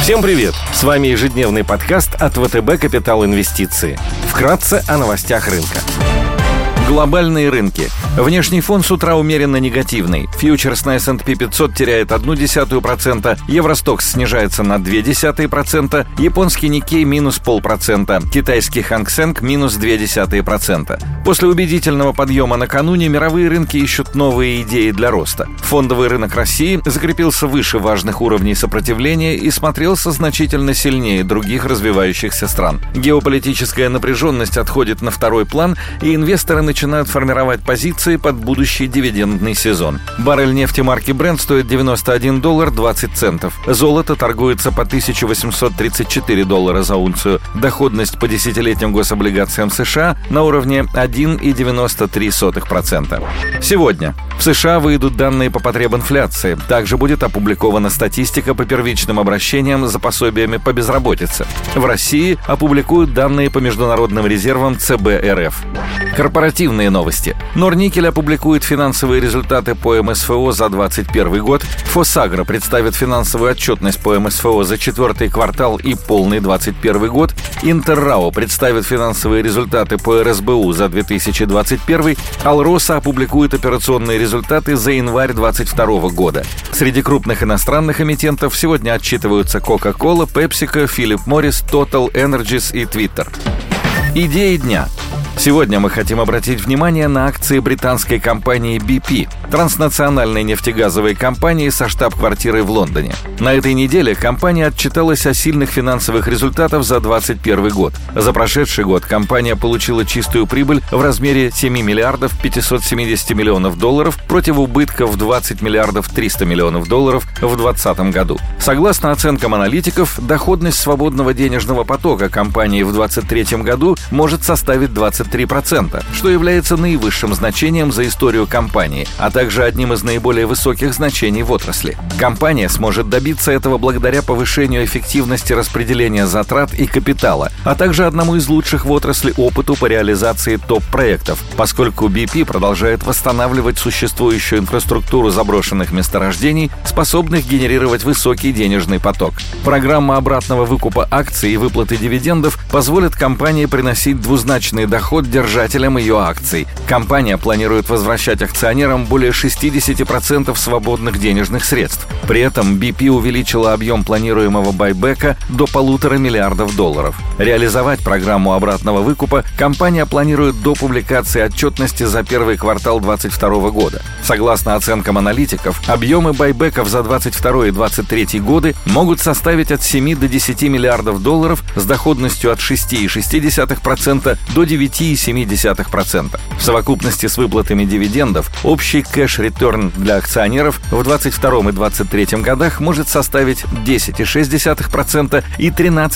Всем привет! С вами ежедневный подкаст от ВТБ «Капитал Инвестиции». Вкратце о новостях рынка. Глобальные рынки. Внешний фон с утра умеренно негативный. Фьючерс на S&P 500 теряет 0,1%, Евростокс снижается на 0,2%, японский Никкей минус 0,5%, китайский Ханг Сенг минус 0,2%. После убедительного подъема накануне мировые рынки ищут новые идеи для роста. Фондовый рынок России закрепился выше важных уровней сопротивления и смотрелся значительно сильнее других развивающихся стран. Геополитическая напряженность отходит на второй план, и инвесторы начинают формировать позиции под будущий дивидендный сезон. Баррель нефти марки Brent стоит $91.20. Золото торгуется по $1834 за унцию. Доходность по десятилетним гособлигациям США на уровне 1,93%. Сегодня в США выйдут данные по потребинфляции. Также будет опубликована статистика по первичным обращениям за пособиями по безработице. В России опубликуют данные по международным резервам ЦБ РФ. Корпоративные новости. Норникель опубликует финансовые результаты по МСФО за 2021 год. Фосагро представит финансовую отчетность по МСФО за четвертый квартал и полный 2021 год. Интеррао представит финансовые результаты по РСБУ за 2021. Алроса опубликует операционные результаты за январь 2022 года. Среди крупных иностранных эмитентов сегодня отчитываются Coca-Cola, PepsiCo, Philip Morris, Total Energies и Twitter. Идеи дня. Сегодня мы хотим обратить внимание на акции британской компании BP, транснациональной нефтегазовой компании со штаб-квартирой в Лондоне. На этой неделе компания отчиталась о сильных финансовых результатах за 2021 год. За прошедший год компания получила чистую прибыль в размере 7 миллиардов 570 миллионов долларов против убытков 20 миллиардов 300 миллионов долларов в 2020 году. Согласно оценкам аналитиков, доходность свободного денежного потока компании в 2023 году может составить 23%, что является наивысшим значением за историю компании, а также одним из наиболее высоких значений в отрасли. Компания сможет добиться этого благодаря повышению эффективности распределения затрат и капитала, а также одному из лучших в отрасли опыту по реализации топ-проектов, поскольку BP продолжает восстанавливать существующую инфраструктуру заброшенных месторождений, способных генерировать высокий денежный поток. Программа обратного выкупа акций и выплаты дивидендов позволит компании приносить двузначный доход держателям ее акций. Компания планирует возвращать акционерам более 60% свободных денежных средств. При этом BP увеличила объем планируемого байбека до $1,5 миллиарда. Реализовать программу обратного выкупа компания планирует до публикации отчетности за первый квартал 2022 года. Согласно оценкам аналитиков, объемы байбеков за 2022 и 2023 годы могут составить от 7 до 10 миллиардов долларов с доходностью от 6,6% до 9,7%. В совокупности с выплатами дивидендов общий кэш-ретерн для акционеров в 2022 и 2023 годах может составить 10,6% и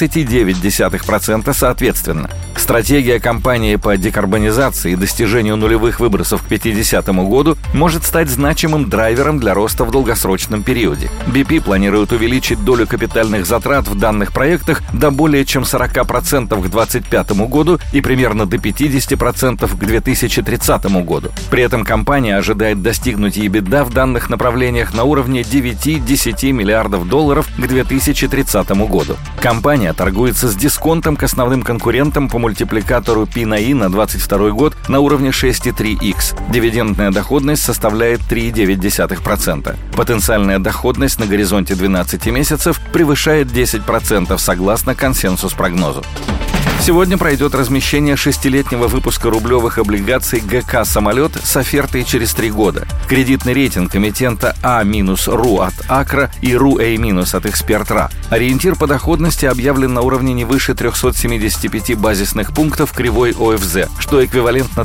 13,9% соответственно. Стратегия компании по декарбонизации и достижению нулевых выбросов к 50 году может стать значимым драйвером для роста в долгосрочном периоде. BP планирует увеличить долю капитальных затрат в данных проектах до более чем 40% к 2025 году и примерно до 50% к 2030 году. При этом компания ожидает достигнуть EBITDA в данных направлениях на уровне 9-10 миллиардов долларов к 2030 году. Компания торгуется с дисконтом к основным конкурентам по мультипликатору P на I на 2022 год на уровне 6,3x. Дивидендная доходность составляет 3,9%. Потенциальная доходность на горизонте 12 месяцев превышает 10% согласно консенсус-прогнозу. Сегодня пройдет размещение 6-летнего выпуска рублевых облигаций ГК «Самолет» с офертой через 3 года. Кредитный рейтинг эмитента А-РУ от Акра и РУ-А- от Эксперт.РА. Ориентир по доходности объявлен на уровне не выше 375 базисных пунктов кривой ОФЗ, что эквивалентно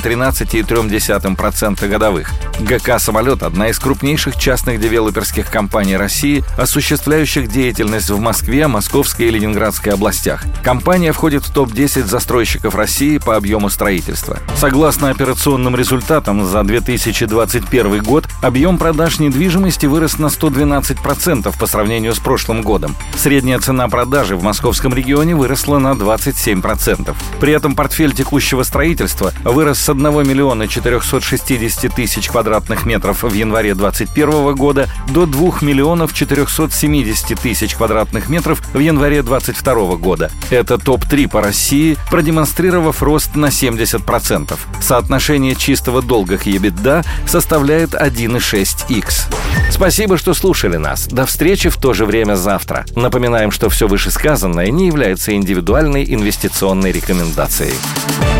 13,3% годовых. ГК «Самолет» — одна из крупнейших частных девелоперских компаний России, осуществляющих деятельность в Москве, Московской и Ленинградской областях. Компания входит в топ-10 застройщиков России по объему строительства. Согласно операционным результатам, за 2021 год объем продаж недвижимости вырос на 112% по сравнению с прошлым годом. Средняя цена продажи в московском регионе выросла на 27%. При этом портфель текущего строительства вырос с 1 миллиона 460 тысяч квадратных метров в январе 2021 года до 2 миллионов 470 тысяч квадратных метров в январе 2022 года. Это топ-3 по России, продемонстрировав рост на 70%. Соотношение чистого долга к EBITDA составляет 1,6x. Спасибо, что слушали нас. До встречи в то же время завтра. Напоминаем, что все вышесказанное не является индивидуальной инвестиционной рекомендацией.